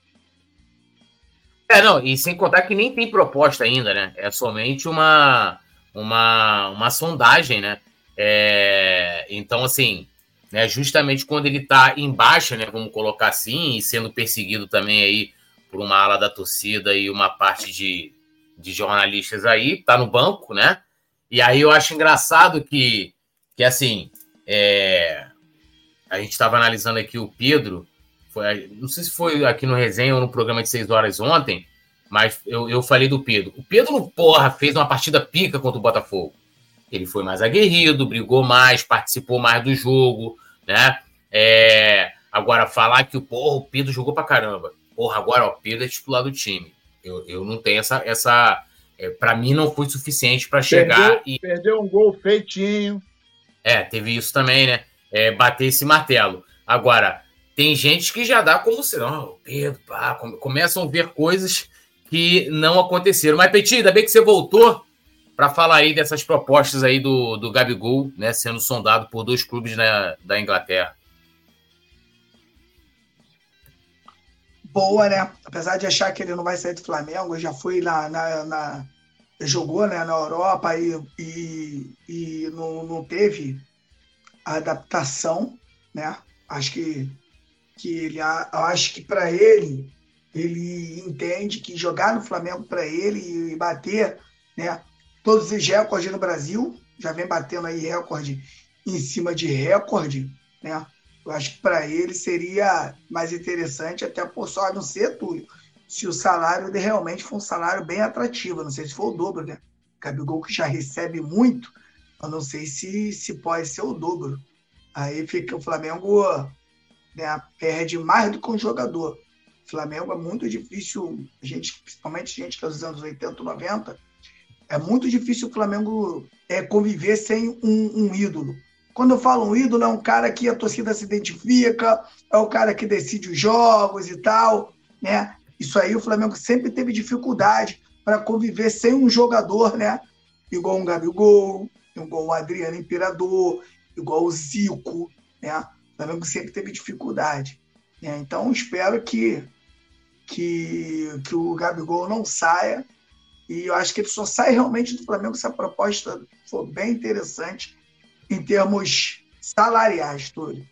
E sem contar que nem tem proposta ainda, né? É somente uma sondagem, né? Então, assim, né, justamente quando ele está em baixa, né, vamos colocar assim, e sendo perseguido também aí por uma ala da torcida e uma parte de jornalistas aí, tá no banco, né? E aí eu acho engraçado que assim, a gente estava analisando aqui o Pedro, não sei se foi aqui no Resenha ou no programa de 6 horas ontem, mas eu falei do Pedro. O Pedro, porra, fez uma partida pica contra o Botafogo. Ele foi mais aguerrido, brigou mais, participou mais do jogo, né? Agora, falar que o Pedro jogou pra caramba. Porra, agora, o Pedro é titular do time. Eu não tenho essa pra mim não foi suficiente pra chegar Perdeu um gol feitinho. Teve isso também, né? Bater esse martelo. Agora, tem gente que já dá como se não, Pedro, começam a ver coisas que não aconteceram. Mas, Petit, ainda bem que você voltou para falar aí dessas propostas aí do Gabigol, né, sendo sondado por 2 clubes da Inglaterra. Boa, né? Apesar de achar que ele não vai sair do Flamengo, já foi jogou, né, na Europa e não teve a adaptação, né? Acho que para ele entende que jogar no Flamengo para ele e bater, né, todos os recordes no Brasil, já vem batendo aí recorde em cima de recorde, né? Eu acho que para ele seria mais interessante, até por só não ser, Túlio, se o salário realmente for um salário bem atrativo. Não sei se for o dobro, né? Gabigol que já recebe muito, eu não sei se pode ser o dobro. Aí fica o Flamengo, né, perde mais do que um jogador. O Flamengo é muito difícil, principalmente gente dos anos 80, 90, é muito difícil o Flamengo conviver sem um ídolo. Quando eu falo um ídolo, é um cara que a torcida se identifica, é o cara que decide os jogos e tal, né? Isso aí o Flamengo sempre teve dificuldade para conviver sem um jogador, né? Igual um Gabigol, igual o Adriano Imperador, igual o Zico, né? O Flamengo sempre teve dificuldade, né? Então, espero que o Gabigol não saia, e eu acho que ele só sai realmente do Flamengo se a proposta for bem interessante em termos salariais, Túlio.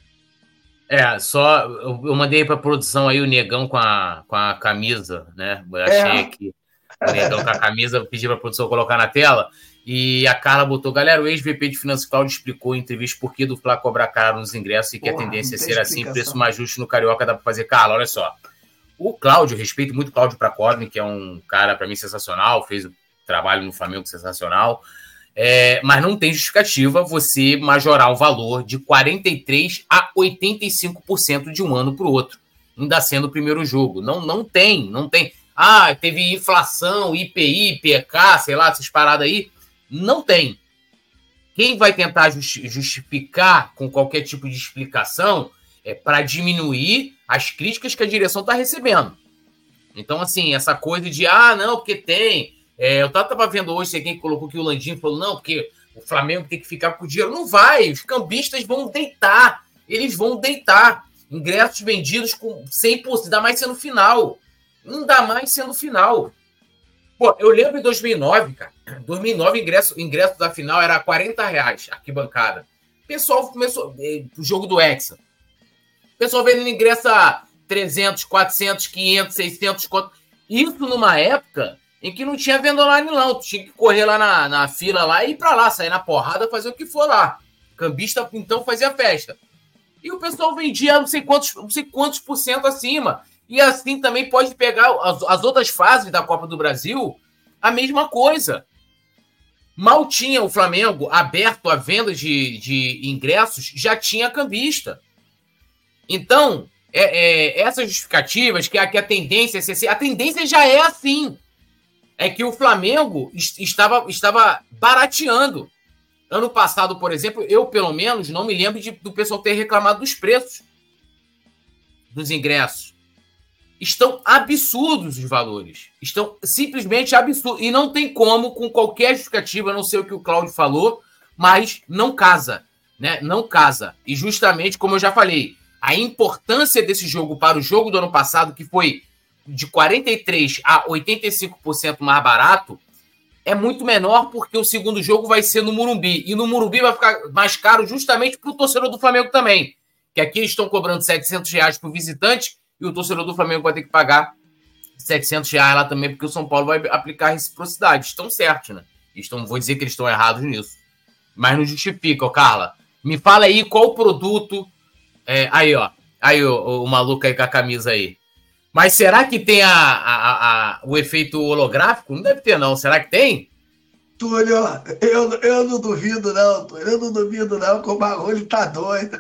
Eu mandei para a produção aí o Negão com a camisa, né? Eu achei aqui o Negão com a camisa, pedi para a produção colocar na tela, e a Carla botou, galera, o ex-VP de Finanças Cláudio explicou em entrevista por que do Fla cobrar caro nos ingressos e que a tendência é ser assim, preço mais justo no Carioca dá para fazer. Carla, olha só, o Cláudio, respeito muito o Cláudio Pracodne, que é um cara, para mim, sensacional, fez um trabalho no Flamengo sensacional, mas não tem justificativa você majorar o valor de 43% a 85% de um ano para o outro, ainda sendo o primeiro jogo. Não tem. Teve inflação, IPI, IPK, sei lá, essas paradas aí. Não tem. Quem vai tentar justificar com qualquer tipo de explicação para diminuir as críticas que a direção está recebendo. Então, assim, essa coisa de, não, porque tem Eu tava vendo hoje, sei quem colocou que o Landim falou, não, porque o Flamengo tem que ficar com o dinheiro. Não vai, os cambistas vão deitar. Eles vão deitar. Ingressos vendidos com 100%, ainda mais sendo final. Ainda mais sendo final. Pô, eu lembro em 2009, cara. 2009, ingresso da final era R$40, arquibancada. O pessoal começou, o jogo do Hexa. O pessoal vendendo ingresso a 300, 400, 500, 600 conto. Isso numa época em que não tinha venda online, não. Tu tinha que correr lá na fila lá e ir pra lá, sair na porrada, fazer o que for lá. Cambista, então, fazia festa. E o pessoal vendia não sei quantos por cento acima. E assim também pode pegar as outras fases da Copa do Brasil, a mesma coisa. Mal tinha o Flamengo aberto a venda de ingressos, já tinha cambista. Então, essas justificativas, que a tendência a tendência já é assim. É que o Flamengo estava barateando. Ano passado, por exemplo, eu, pelo menos, não me lembro do pessoal ter reclamado dos preços dos ingressos. Estão absurdos os valores. Estão simplesmente absurdos. E não tem como, com qualquer justificativa, não sei o que o Cláudio falou, mas não casa. Né? Não casa. E justamente, como eu já falei, a importância desse jogo para o jogo do ano passado, que foi de 43% a 85% mais barato, é muito menor porque o segundo jogo vai ser no Morumbi. E no Morumbi vai ficar mais caro justamente para o torcedor do Flamengo também. Que aqui eles estão cobrando R$700 por visitante e o torcedor do Flamengo vai ter que pagar R$700 lá também, porque o São Paulo vai aplicar reciprocidade. Estão certos, né? Vou dizer que eles estão errados nisso. Mas não justifica, Carla. Me fala aí qual produto... Aí, ó. Aí o maluco aí com a camisa aí. Mas será que tem o efeito holográfico? Não deve ter, não. Será que tem? Túlio, eu não duvido, não, Túlio. Eu não duvido, não, que o bagulho tá doido.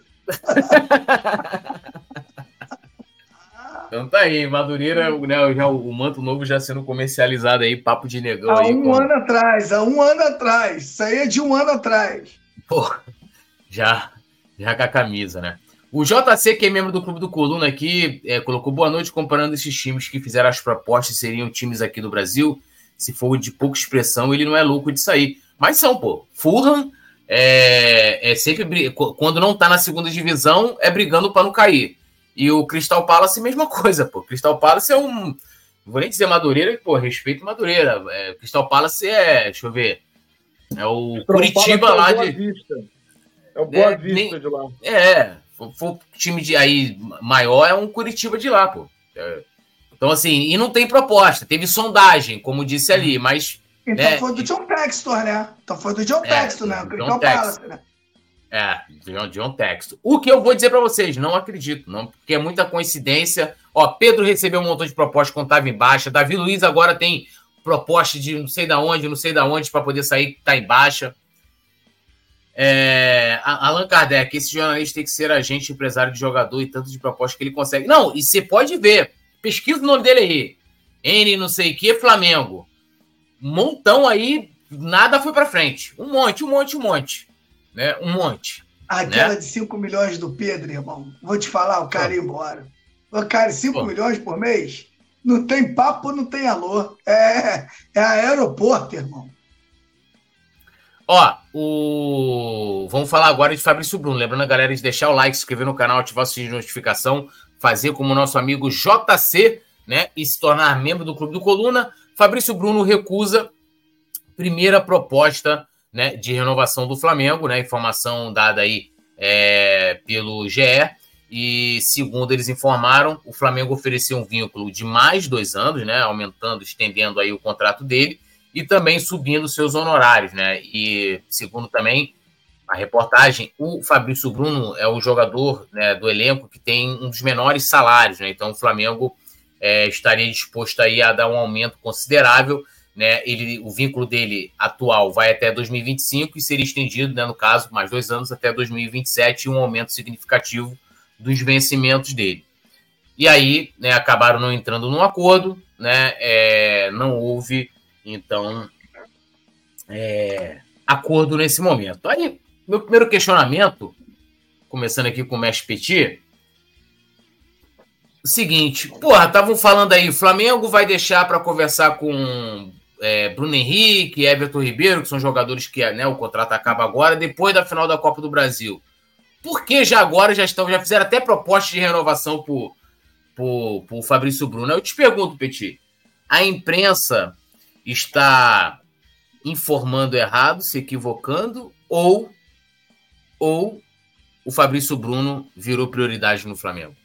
Então tá aí, Madureira, né, o manto novo já sendo comercializado aí, papo de negão aí. Há um ano atrás. Isso aí é de um ano atrás. Pô, já com a camisa, né? O JC, que é membro do Clube do Coluna aqui, colocou boa noite, comparando esses times que fizeram as propostas, seriam times aqui do Brasil. Se for de pouca expressão, ele não é louco de sair. Mas são, pô. Fulham sempre, quando não tá na segunda divisão, é brigando para não cair. E o Crystal Palace, mesma coisa, pô. Crystal Palace é um... Não vou nem dizer Madureira, pô, respeito Madureira. Crystal Palace deixa eu ver, é o Curitiba lá de... É o Boa Vista de lá. For time de aí maior, é um Curitiba de lá, pô. Então, assim, e não tem proposta. Teve sondagem, como disse ali, mas... Então foi do John Textor, né? O Crystal Palace, né? John Textor. O que eu vou dizer pra vocês, não acredito, não, porque é muita coincidência. Ó, Pedro recebeu um montão de propostas quando estava em baixa. Davi Luiz agora tem proposta de não sei da onde para poder sair, tá em baixa. Allan Kardec, esse jornalista tem que ser agente, empresário de jogador e tanto de proposta que ele consegue. Não, e você pode ver, pesquisa o nome dele aí. N não sei o que, Flamengo. Um montão aí, nada foi pra frente. Um monte. Né? Um monte. Aquela né? de 5 milhões do Pedro, irmão. Vou te falar, o cara ia embora. O cara, 5 milhões por mês? Não tem papo, não tem alô. É aeroporto, irmão. Ó, vamos falar agora de Fabrício Bruno. Lembrando a galera de deixar o like, se inscrever no canal, ativar o sininho de notificação, fazer como o nosso amigo JC, né? E se tornar membro do Clube do Coluna. Fabrício Bruno recusa primeira proposta, né, de renovação do Flamengo, né? Informação dada aí pelo GE. E segundo eles informaram, o Flamengo ofereceu um vínculo de mais 2 anos, né? Aumentando, estendendo aí o contrato dele. E também subindo seus honorários, né? E segundo também a reportagem, o Fabrício Bruno é o jogador, né, do elenco que tem um dos menores salários, né? Então o Flamengo estaria disposto aí a dar um aumento considerável, né? O vínculo dele atual vai até 2025 e seria estendido, né, no caso, mais 2 anos até 2027 e um aumento significativo dos vencimentos dele. E aí, né, acabaram não entrando num acordo, né? Não houve então, acordo nesse momento. Aí, meu primeiro questionamento, começando aqui com o Mestre Petit, o seguinte, estavam falando aí, o Flamengo vai deixar para conversar com Bruno Henrique, Everton Ribeiro, que são jogadores que o contrato acaba agora, depois da final da Copa do Brasil. Por que já agora já fizeram até proposta de renovação por Fabrício Bruno? Eu te pergunto, Petit, a imprensa está informando errado, se equivocando, ou o Fabrício Bruno virou prioridade no Flamengo?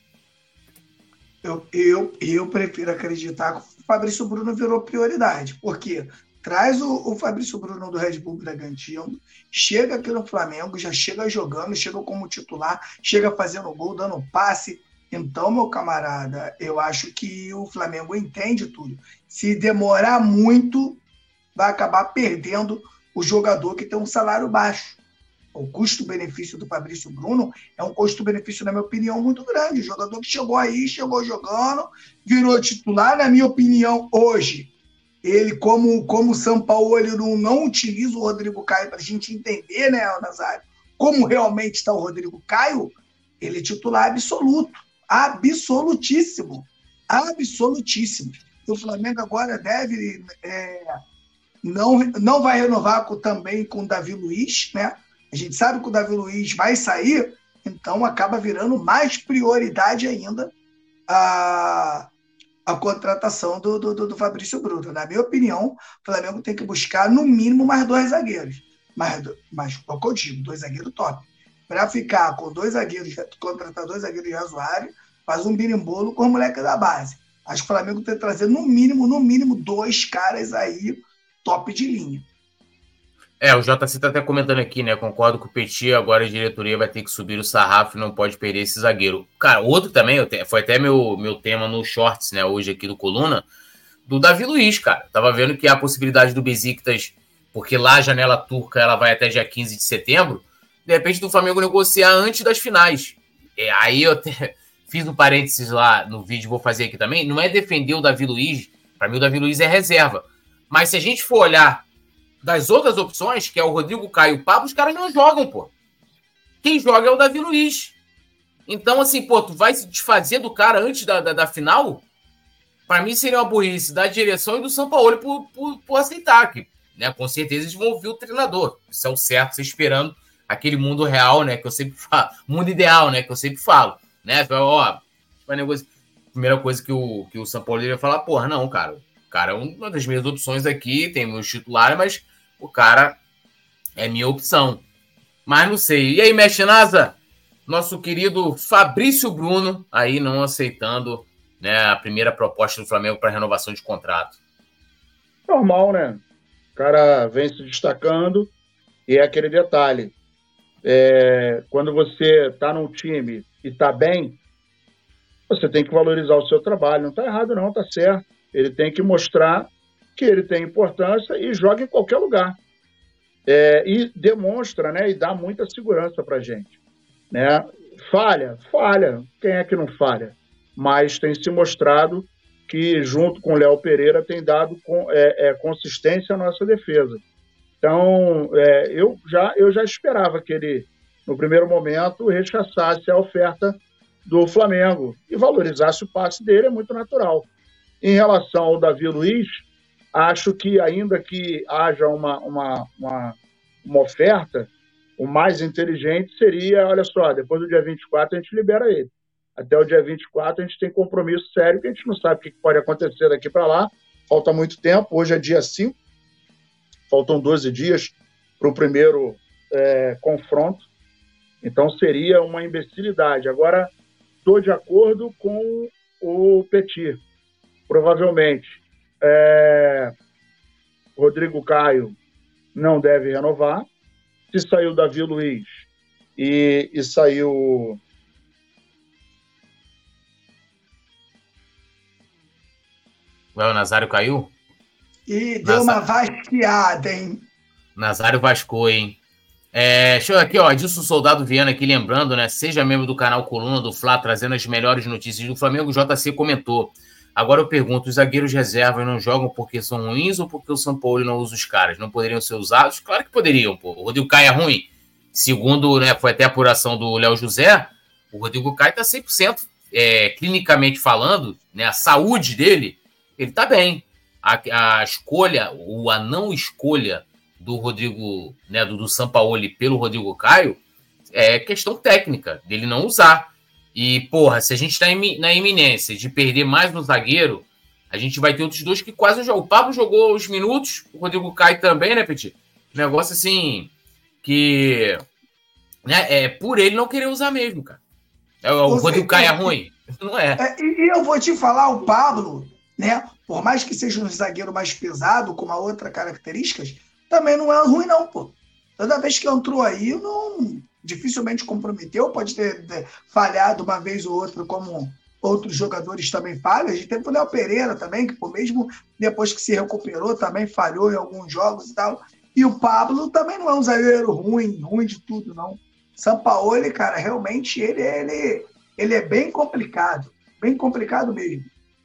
Eu prefiro acreditar que o Fabrício Bruno virou prioridade, porque traz o Fabrício Bruno do Red Bull Bragantino, chega aqui no Flamengo, já chega jogando, chega como titular, chega fazendo gol, dando passe. Então, meu camarada, eu acho que o Flamengo entende tudo. Se demorar muito, vai acabar perdendo o jogador que tem um salário baixo. O custo-benefício do Fabrício Bruno é um custo-benefício, na minha opinião, muito grande. O jogador que chegou aí, chegou jogando, virou titular, na minha opinião, hoje. Ele, como o São Paulo, ele não utiliza o Rodrigo Caio para a gente entender, né, Nazário, como realmente está o Rodrigo Caio. Ele é titular absoluto, absolutíssimo. O Flamengo agora deve... não vai renovar também com o Davi Luiz, né? A gente sabe que o Davi Luiz vai sair, então acaba virando mais prioridade ainda a contratação do Fabrício Bruno. Na minha opinião, o Flamengo tem que buscar, no mínimo, mais 2 zagueiros. Mas como eu digo, 2 zagueiros top. Para ficar com 2 zagueiros, contratar 2 zagueiros razoáveis, faz um birimbolo com o moleque da base. Acho que o Flamengo tem que trazer, no mínimo, 2 caras aí top de linha. O JC está até comentando aqui, né? Concordo com o Petit, agora a diretoria vai ter que subir o sarrafo e não pode perder esse zagueiro. Cara, outro também, foi até meu tema no Shorts, né? Hoje aqui do Coluna, do Davi Luiz, cara. Tava vendo que há a possibilidade do Besiktas, porque lá a janela turca ela vai até dia 15 de setembro, de repente do Flamengo negociar antes das finais. Aí eu até fiz um parênteses lá no vídeo, vou fazer aqui também. Não é defender o Davi Luiz, para mim o Davi Luiz é reserva. Mas se a gente for olhar das outras opções, que é o Rodrigo Caio e o Pablo, os caras não jogam, pô. Quem joga é o Davi Luiz. Então, assim, pô, tu vai se desfazer do cara antes da final? Para mim seria uma burrice da direção e do São Paulo por aceitar, que, né, com certeza eles vão ouvir o treinador. Isso é o certo, você esperando aquele mundo real, né, que eu sempre falo, mundo ideal, né, que eu sempre falo, né, primeira coisa que o São Paulo ia falar, porra, não, cara, o cara é uma das minhas opções aqui, tem meus titulares, mas o cara é minha opção. Mas não sei. E aí, Mestre Nasa? Nosso querido Fabrício Bruno aí não aceitando, né, a primeira proposta do Flamengo para renovação de contrato. Normal, né? O cara vem se destacando e é aquele detalhe. Quando você está num time e está bem, você tem que valorizar o seu trabalho. Não está errado, não, está certo. Ele tem que mostrar que ele tem importância e joga em qualquer lugar. E demonstra, né, e dá muita segurança para a gente. Né? Falha. Quem é que não falha? Mas tem se mostrado que, junto com o Léo Pereira, tem dado consistência à nossa defesa. Então, eu já esperava que ele, no primeiro momento, rechaçasse a oferta do Flamengo e valorizasse o passe dele, é muito natural. Em relação ao Davi Luiz, acho que, ainda que haja uma oferta, o mais inteligente seria, olha só, depois do dia 24 a gente libera ele. Até o dia 24 a gente tem compromisso sério, que a gente não sabe o que pode acontecer daqui para lá. Falta muito tempo, hoje é dia 5, faltam 12 dias para o primeiro confronto. Então seria uma imbecilidade. Agora, estou de acordo com o Petit. Provavelmente, Rodrigo Caio não deve renovar. Se saiu Davi Luiz e saiu... O Nazário caiu? E deu uma vasqueada, hein? Nazário vascou, hein? Deixa eu aqui, ó, Adilson Soldado Viana aqui lembrando, né? Seja membro do canal Coluna do Fla, trazendo as melhores notícias do Flamengo. O JC comentou. Agora eu pergunto, os zagueiros reservas não jogam porque são ruins ou porque o São Paulo não usa os caras? Não poderiam ser usados? Claro que poderiam, pô. O Rodrigo Caio é ruim. Segundo, né, foi até a apuração do Léo José, o Rodrigo Caio tá 100%. Clinicamente falando, né, a saúde dele, ele tá bem. a escolha, ou a não escolha do Rodrigo, né, do Sampaoli pelo Rodrigo Caio, é questão técnica, dele não usar. E, porra, se a gente tá na iminência de perder mais no zagueiro, a gente vai ter outros dois que quase jogam. O Pablo jogou os minutos, o Rodrigo Caio também, né, Petit? Negócio assim, que... né, é por ele não querer usar mesmo, cara. O Rodrigo Caio é ruim? Não é. E eu vou te falar, o Pablo, né, por mais que seja um zagueiro mais pesado, com uma outra característica, também não é ruim não, pô. Toda vez que entrou aí, não... dificilmente comprometeu, pode ter falhado uma vez ou outra, como outros jogadores também falham. A gente teve o Léo Pereira também, que mesmo depois que se recuperou, também falhou em alguns jogos e tal. E o Pablo também não é um zagueiro ruim de tudo, não. Sampaoli, cara, realmente ele é bem complicado mesmo.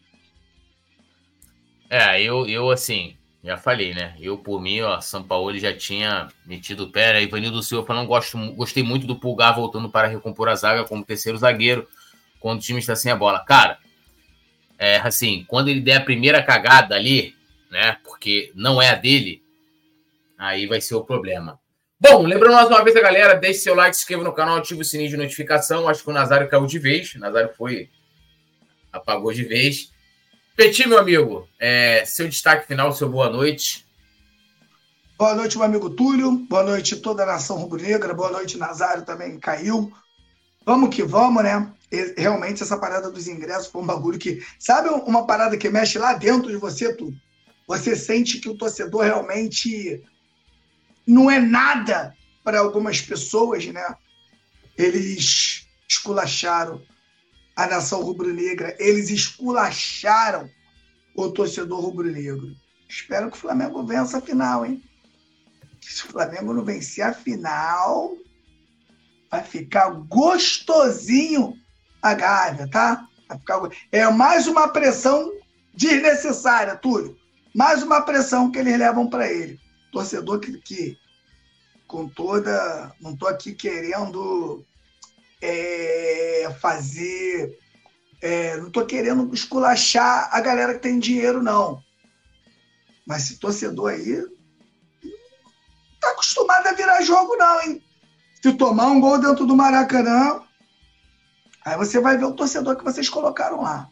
Eu assim, já falei, né? Eu, por mim, Sampaoli já tinha metido o pé, né? Ivanildo Silva falando, gostei muito do Pulgar voltando para recompor a zaga como terceiro zagueiro quando o time está sem a bola. Cara, assim, quando ele der a primeira cagada ali, né? Porque não é a dele, aí vai ser o problema. Bom, lembrando mais uma vez a galera, deixe seu like, se inscreva no canal, ative o sininho de notificação. Acho que o Nazário caiu de vez. O Nazário apagou de vez. Petit, meu amigo, seu destaque final, seu boa noite. Boa noite, meu amigo Túlio. Boa noite toda a nação rubro-negra. Boa noite, Nazário também caiu. Vamos que vamos, né? Realmente, essa parada dos ingressos foi um bagulho que... Sabe uma parada que mexe lá dentro de você, Túlio? Você sente que o torcedor realmente não é nada para algumas pessoas, né? Eles esculacharam a nação rubro-negra, eles esculacharam o torcedor rubro-negro. Espero que o Flamengo vença a final, hein? Se o Flamengo não vencer a final, vai ficar gostosinho a Gávea, tá? Vai ficar... É mais uma pressão desnecessária, Túlio. Mais uma pressão que eles levam para ele. Torcedor que com toda... Não estou aqui querendo... fazer... não tô querendo esculachar a galera que tem dinheiro, não. Mas esse torcedor aí não tá acostumado a virar jogo, não, hein? Se tomar um gol dentro do Maracanã, aí você vai ver o torcedor que vocês colocaram lá.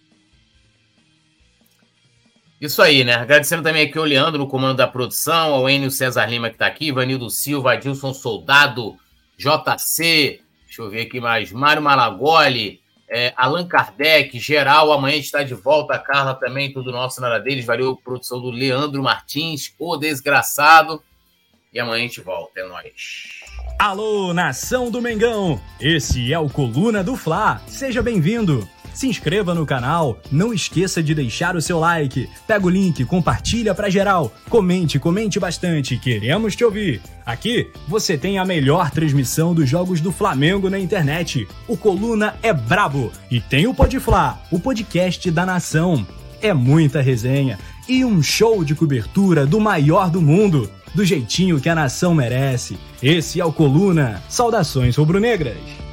Isso aí, né? Agradecendo também aqui o Leandro no comando da produção, ao Enio César Lima que tá aqui, Ivanildo Silva, Adilson Soldado, JC... Deixa eu ver aqui mais. Mário Malagoli, Allan Kardec, geral. Amanhã está de volta. A Carla também, tudo nosso na área deles. Valeu, produção do Leandro Martins, o desgraçado. E amanhã a gente volta. É nóis. Alô, nação do Mengão. Esse é o Coluna do Fla. Seja bem-vindo. Se inscreva no canal, não esqueça de deixar o seu like, pega o link, compartilha pra geral, comente bastante, queremos te ouvir. Aqui você tem a melhor transmissão dos jogos do Flamengo na internet. O Coluna é brabo e tem o Podfla, o podcast da nação. É muita resenha e um show de cobertura do maior do mundo, do jeitinho que a nação merece. Esse é o Coluna. Saudações rubro-negras.